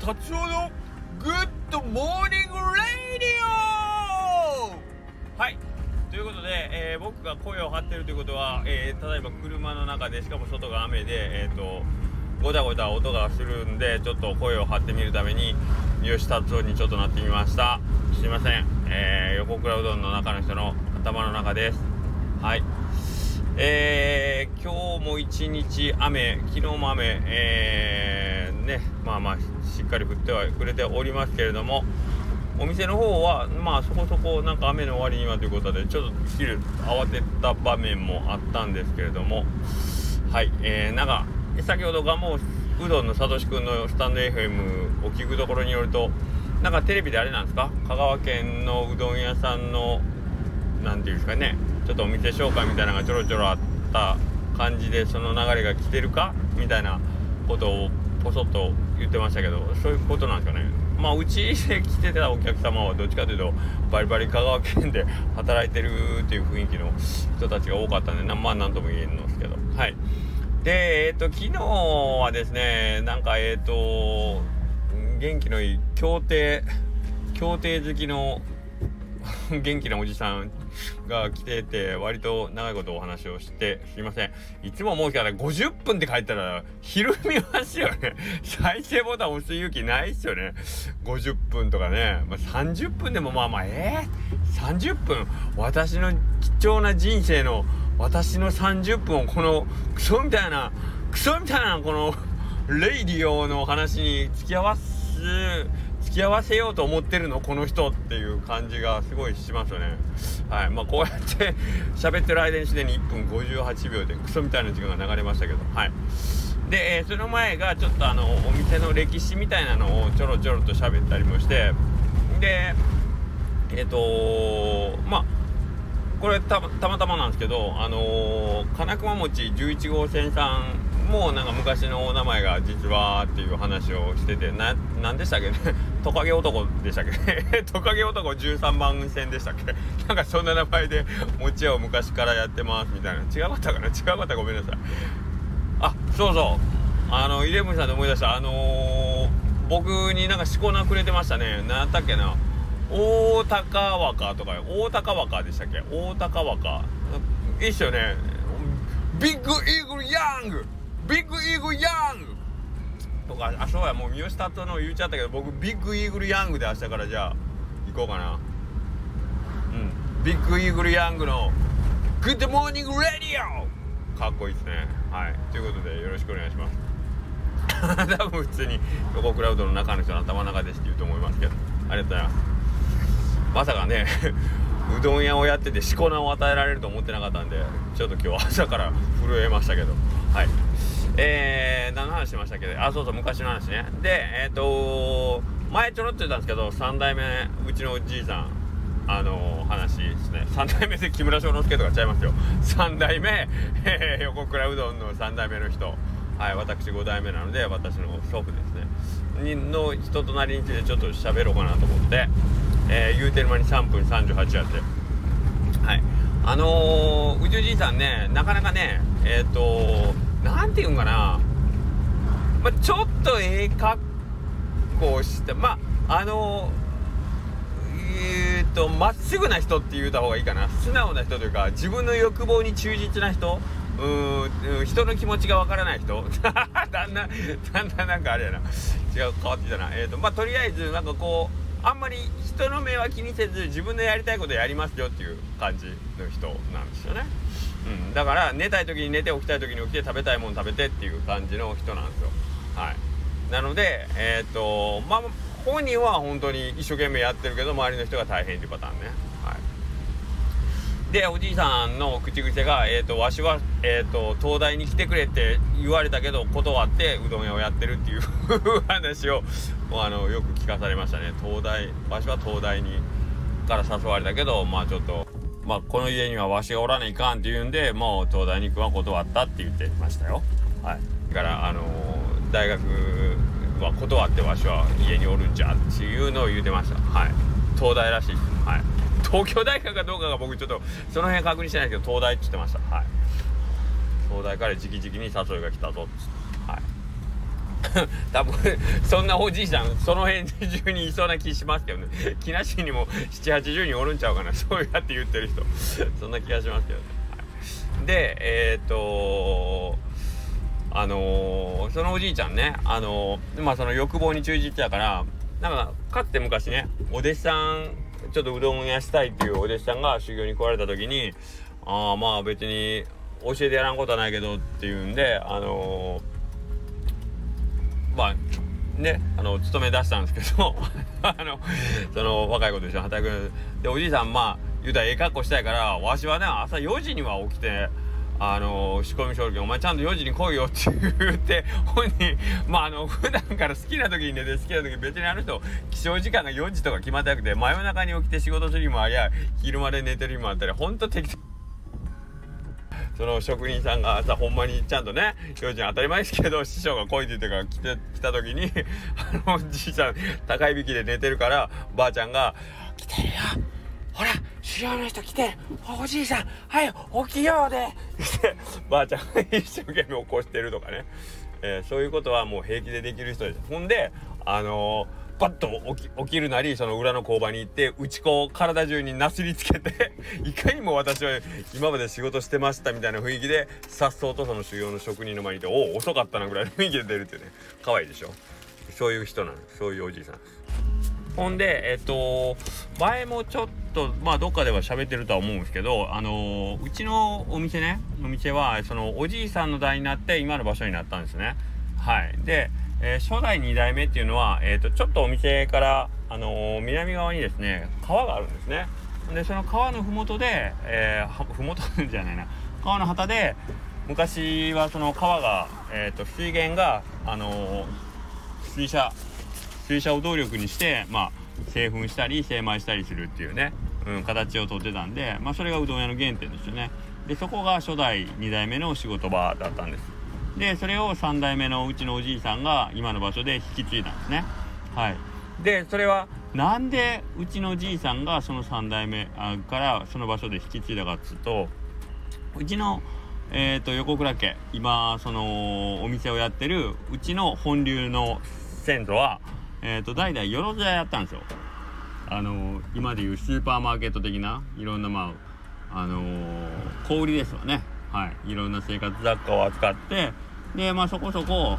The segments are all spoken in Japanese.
達夫のグッドモーニングレディオ。はい、ということで、僕が声を張ってるということは、例えば車の中で、しかも外が雨で、ごたごた音がするんで、ちょっと声を張ってみるために吉達夫にちょっとなってみました。すいません、横倉うどんの中の人の頭の中です。はい、今日も一日雨、昨日も雨、しっかり降ってはくれておりますけれども、お店の方はそこそこなんか雨の終わりにはということで、ちょっと昼慌てた場面もあったんですけれども、はい、先ほどガモうどんのさとしくんのスタンド FM を聞くところによると、なんかテレビであれなんですか、香川県のうどん屋さんのなんていうんですかね、ちょっとお店紹介みたいなのがちょろちょろあった感じで、その流れが来てるかみたいなことをポソッと言ってましたけど、そういうことなんですかね。うちで来てたお客様はどっちかというとバリバリ香川県で働いてるっていう雰囲気の人たちが多かったんで、なんとも言えんのですけど、はい。で、昨日はですね、元気のいい競艇好きの元気なおじさんが来てて、割と長いことお話をして、すいません、いつも思うから50分って書いたらひるみますよね。再生ボタン押す勇気ないっすよね。50分とかね、30分でも30分、私の貴重な人生の私の30分をこのクソみたいなこのレイディオの話に付き合わせようと思ってるのこの人っていう感じがすごいしますよね。はい、こうやって喋ってる間にすでに1分58秒でクソみたいな時間が流れましたけど、はい。で、その前がちょっとお店の歴史みたいなのをちょろちょろと喋ったりもして、でこれたまたまなんですけど、金熊餅11号線さんもなんか昔のお名前が実はっていう話をしてて、なんでしたっけね、トカゲ男でしたっけトカゲ男13番線でしたっけなんかそんな名前で餅屋を昔からやってますみたいな。違かったかな、ごめんなさい。そうそう、イレブンさんで思い出した。僕になんかしこ名くれてましたね。なんだっけな、大高若とか、大高若でしたっけ、大高若いいっすよね。ビッグイーグルヤングとか、そうや、もう三好達夫の言っちゃったけど、僕ビッグイーグルヤングで明日からじゃあ行こうかな。ビッグイーグルヤングのグッドモーニングレディオ、かっこいいですね。はい、ということでよろしくお願いします。多分普通に横クラウドの中の人の頭の中ですって言うと思いますけど、ありがとうございます。まさかねうどん屋をやっててしこ名を与えられると思ってなかったんで、ちょっと今日朝から震えましたけど、はい。何の話しましたっけ。そうそう、昔の話ね。で、前ちょろっと言ったんですけど、3代目うちのおじいさん話ですね。3代目で木村庄之助とかちゃいますよ。3代目、横倉うどんの3代目の人、はい、私5代目なので、私の祖父ですねの人となりについてちょっと喋ろうかなと思って、言うてる間に3分38やって、はい。うちおじいさんね、なかなかね、なんていうんかな、ちょっと格好してまっすぐな人って言った方がいいかな。素直な人というか、自分の欲望に忠実な人、人の気持ちがわからない人だんだんなんかあれやな、変わってきたな。とりあえずなんかこう、あんまり人の目は気にせず自分のやりたいことやりますよっていう感じの人なんですよね。だから寝たい時に寝て、起きたい時に起きて、食べたいもの食べてっていう感じの人なんですよ。はい。なので本人は本当に一生懸命やってるけど、周りの人が大変っていうパターンね。はい。で、おじいさんの口癖が、わしは、東大に来てくれって言われたけど断ってうどん屋をやってるっていう話をよく聞かされましたね。わしは東大にから誘われたけど、ちょっとこの家にはわしがおらないかんって言うんで、もう東大に行くは断ったって言ってましたよ。はい。だから大学は断ってわしは家におるんじゃっていうのを言ってました。はい。東大らしいです。はい。東京大学かどうかが僕ちょっとその辺確認してないですけど、東大って言ってました。はい。東大から直々に誘いが来たぞっつって、は多分そんなおじいさんその辺中にいそうな気しますけどね。木梨にも7、80人おるんちゃうかな、そうやって言ってる人そんな気がしますけどね。でそのおじいちゃんね、その欲望に忠実やから、なんかかつて昔ね、お弟子さんちょっとうどん屋したいっていうお弟子さんが修行に来られた時に、まあ別に教えてやらんことはないけどっていうんで、勤め出したんですけどその若い子と一緒に働くで、おじいさん言うたら格好したいから、わしはね朝4時には起きて仕込み証券お前ちゃんと4時に来いよって言って本人普段から好きな時に寝て好きな時に、別に起床時間が4時とか決まってなくて、真夜中に起きて仕事する日もありゃ昼まで寝てる日もあったり、ほんと適当。その職人さんがさ、ほんまにちゃんとね4時に当たり前ですけど、師匠が来いって言ってから来た時にじいちゃん高いびきで寝てるから、ばあちゃんが来てるよ、ほら修行の人来てる、おじいさん早く起きようでってばあちゃんが一生懸命起こしてるとかね、そういうことはもう平気でできる人です。ほんでパッと起きるなり、その裏の工場に行って打ち粉を体中になすりつけていかにも私は今まで仕事してましたみたいな雰囲気で颯爽とその修行の職人の前にいて、お遅かったなぐらいの雰囲気で出るっていうね、可愛いでしょ。そういう人なんです。そういうおじいさんです。ほんで前もちょっとどっかでは喋ってるとは思うんですけど、うちのお店はそのおじいさんの代になって今の場所になったんですね。はい。で初代2代目っていうのは、ちょっとお店から、南側にですね川があるんですね。でその川のふもとで、ふもとじゃないな川の旗で、昔はその川が、水源が、水車を動力にして製粉したり精米したりするっていうね、形をとってたんで、それがうどん屋の原点ですよね。でそこが初代2代目の仕事場だったんです。でそれを3代目のうちのおじいさんが今の場所で引き継いだんですね。はい。でそれはなんでうちのおじいさんがその3代目からその場所で引き継いだかっつうと、うちの横倉家、今そのお店をやってるうちの本流の先祖は代々よろず屋やったんですよ。今でいうスーパーマーケット的ないろんな小売りですわね。はい。いろんな生活雑貨を扱って、でそこそこ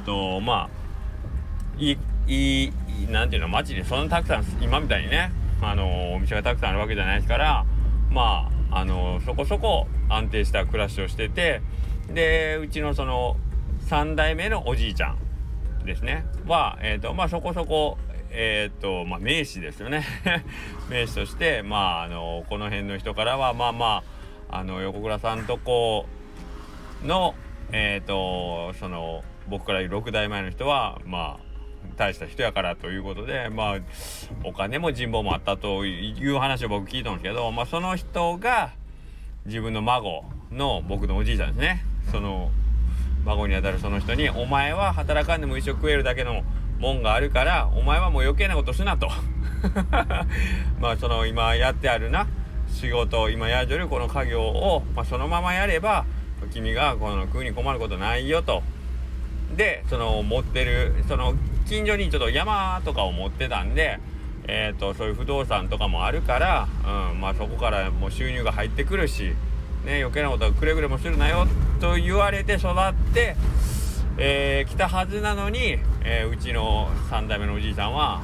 なんていうの、街にそんなたくさん今みたいにねお店がたくさんあるわけじゃないですから、そこそこ安定した暮らしをしてて、でうちのその3代目のおじいちゃんですねはそこそこ名士ですよね名士としてこの辺の人からは横倉さんとこのその僕から言う6代前の人は大した人やからということでお金も人望もあったという話を僕聞いたんですけど、その人が自分の孫の僕のおじいさんですね、その孫にあたるその人に、お前は働かんでも一生食えるだけのもんがあるからお前はもう余計なことすなとその今やってあるな仕事、今やっとるこの家業を、そのままやれば君がこの食うに困ることないよと。でその持ってるその近所にちょっと山とかを持ってたんで、そういう不動産とかもあるから、そこからもう収入が入ってくるし、ね、余計なことはくれぐれもするなよと言われて育って来たはずなのに、うちの3代目のおじいさんは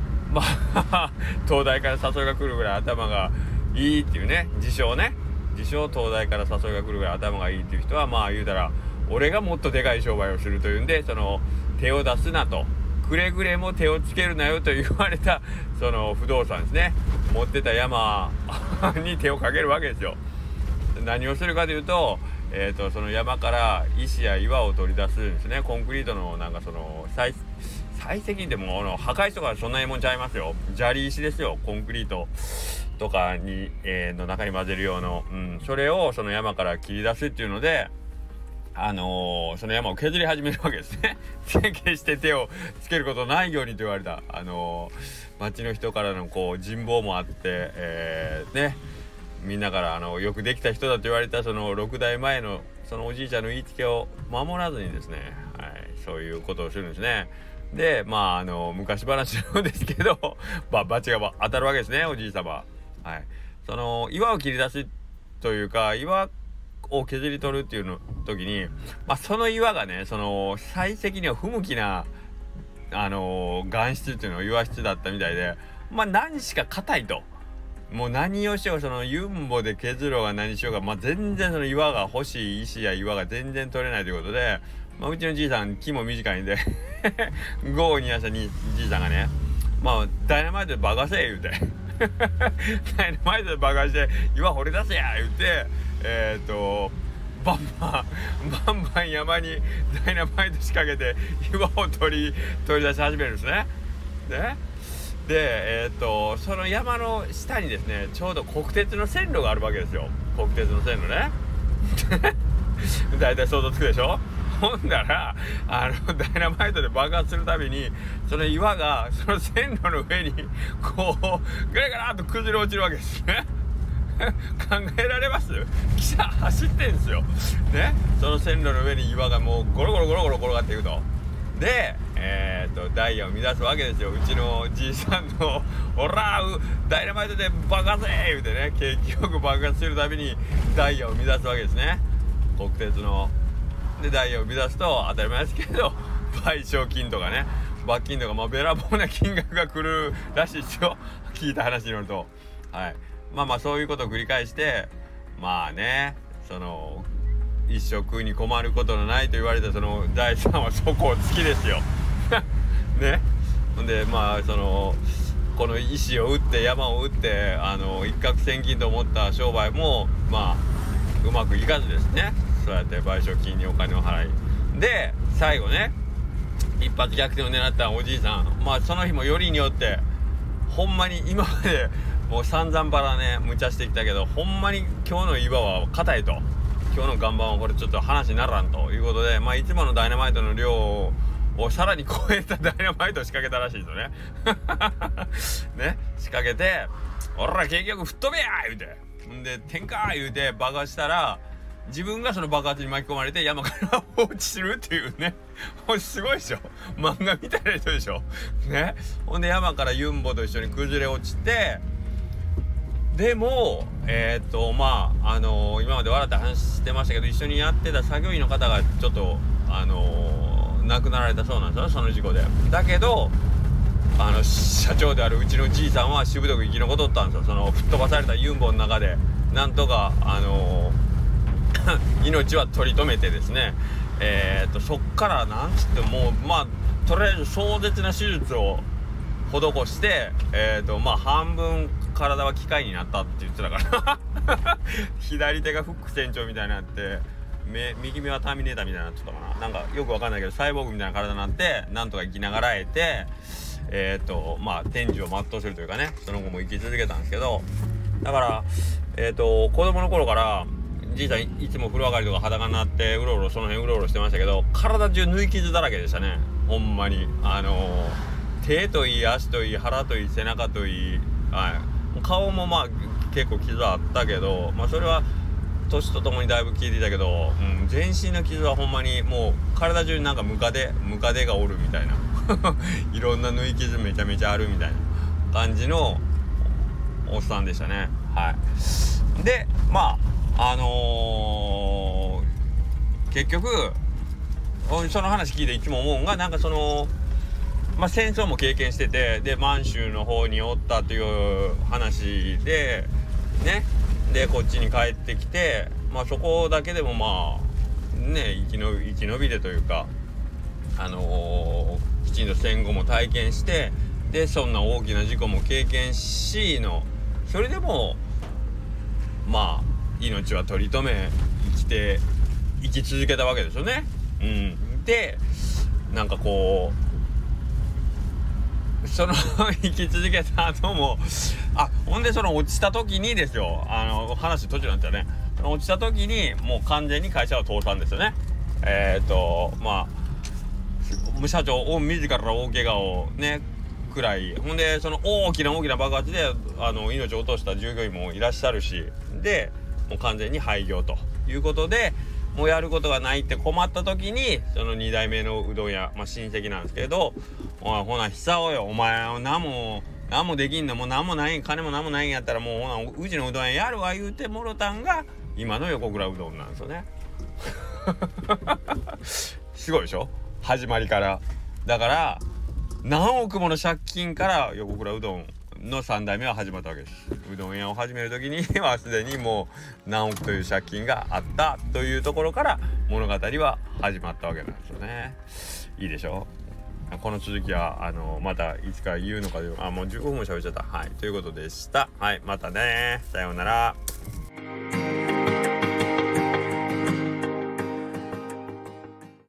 東大から誘いが来るぐらい頭がいいっていうね、自称東大から誘いが来るぐらい頭がいいっていう人は言うたら俺がもっとでかい商売をするというんで、その手を出すなと、くれぐれも手をつけるなよと言われたその不動産ですね、持ってた山に手をかけるわけですよ。何をするかというと、その山から石や岩を取り出すんですね。コンクリートのその採石でも破壊とかそんなにもんちゃいますよ。砂利石ですよ。コンクリートとかに、の中に混ぜる用の、それをその山から切り出すっていうのでその山を削り始めるわけですね決して手をつけることないようにと言われた町の人からの人望もあって、みんなからよくできた人だと言われたその6代前のそのおじいちゃんの言いつけを守らずにですね、 そういうことをするんですね。で昔話なんですけどバチが当たるわけですね、おじいさま。はい、その岩を切り出すというか岩を削り取るっていうの時に、その岩がね、その採石には不向きな岩質っていうのは岩質だったみたいで、何しか硬いと。もう何をしよう、そのユンボで削ろうが何しようが、全然その岩が欲しい石や岩が全然取れないということで、うちのじいさん木も短いんで豪にやしたじいさんがね、ダイナマイトで爆破せ言うてダイナマイトで爆破して岩掘り出せや言うて、バンバン山にダイナマイト仕掛けて岩を取り出し始めるんですね。でその山の下にですね、ちょうど国鉄の線路があるわけですよ。国鉄の線路ねだいたい想像つくでしょ。ほんだらダイナマイトで爆発するたびにその岩がその線路の上にこうガラガラっと崩れ落ちるわけですね考えられます？汽車走ってんすよね。その線路の上に岩がもうゴロゴロゴロゴロ転がっていくと。でダイヤを乱すわけですよ。うちのじいさんのオラーダイナマイトで爆発言うてね、景気よく爆発するたびにダイヤを乱すわけですね、国鉄の。でダイヤを乱すと当たり前ですけど賠償金とかね、罰金とかべらぼうな金額が来るらしいですよ、聞いた話によると。はい、そういうことを繰り返してその一生食うに困ることのないと言われたその財産はそこを好きですよね。ほんでこの石を打って山を打って一攫千金と思った商売もうまくいかずですね。そうやって賠償金にお金を払いで最後ね、一発逆転を狙ったおじいさん、その日もよりによってほんまに今までもう散々バラね無茶してきたけど、ほんまに今日の岩は硬いと、今日の岩盤はこれちょっと話にならんということで、いつものダイナマイトの量をさらに超えたダイナマイトを仕掛けたらしいですよねね、仕掛けておら結局吹っ飛べや言うて、んで天下言うて爆発したら自分がその爆発に巻き込まれて山から落ちるっていうねすごいでしょ、漫画みたいな人でしょね。ほんで山からユンボと一緒に崩れ落ちて、でも今まで笑って話してましたけど、一緒にやってた作業員の方がちょっと亡くなられたそうなんですよ、その事故で。だけど社長であるうちのじいさんはしぶとく生き残っとったんですよ。その吹っ飛ばされたユンボの中でなんとか命は取り留めてですね、そっからなんつってもとりあえず壮絶な手術を施して半分体は機械になったって言ってたから左手がフック船長みたいになって右目はターミネーターみたいになってたかな、なんかよくわかんないけどサイボーグみたいな体になってなんとか生きながらえて天寿を全うするというかね、その後も生き続けたんですけど、だから子供の頃からじいさんいつも風呂上がりとか裸になってその辺うろうろしてましたけど、体中縫い傷だらけでしたね、ほんまに。手といい足といい腹といい背中といい、顔も結構傷あったけど、それは年とともにだいぶ効いていたけど、全身の傷はほんまにもう体中になんかムカデがおるみたいないろんな縫い傷めちゃめちゃあるみたいな感じのおっさんでしたね。で結局その話聞いていつも思うんが、なんか戦争も経験してて、で満州の方におったという話でね、でこっちに帰ってきて、そこだけでも生き延びてというかきちんと戦後も体験して、でそんな大きな事故も経験しそれでも命は取り留め生き続けたわけですよね。でなんかこう生き続けた後もほんで落ちた時にですよ、話途中なんですよね。落ちた時にもう完全に会社を倒産ですよね。社長自ら大怪我をねくらい、ほんでその大きな爆発で命を落とした従業員もいらっしゃるし、でもう完全に廃業ということで、 もうやることがないって困った時にその2代目のうどん屋、親戚なんですけど、ほな久男よ、お前何もできんの、もう何もない、金も何もないんやったらもうほなうちのうどん屋やるわ言うてもろたんが今の横倉うどんなんですよね。すごいでしょ、始まりから。だから何億もの借金から横倉うどんの3代目は始まったわけです。うどん屋を始める時にはすでにもう何億という借金があったというところから物語は始まったわけなんですよね。いいでしょ。この続きはまたいつか言うのかで、もう15分も喋っちゃった。はい、ということでした。はい、またね、さようなら。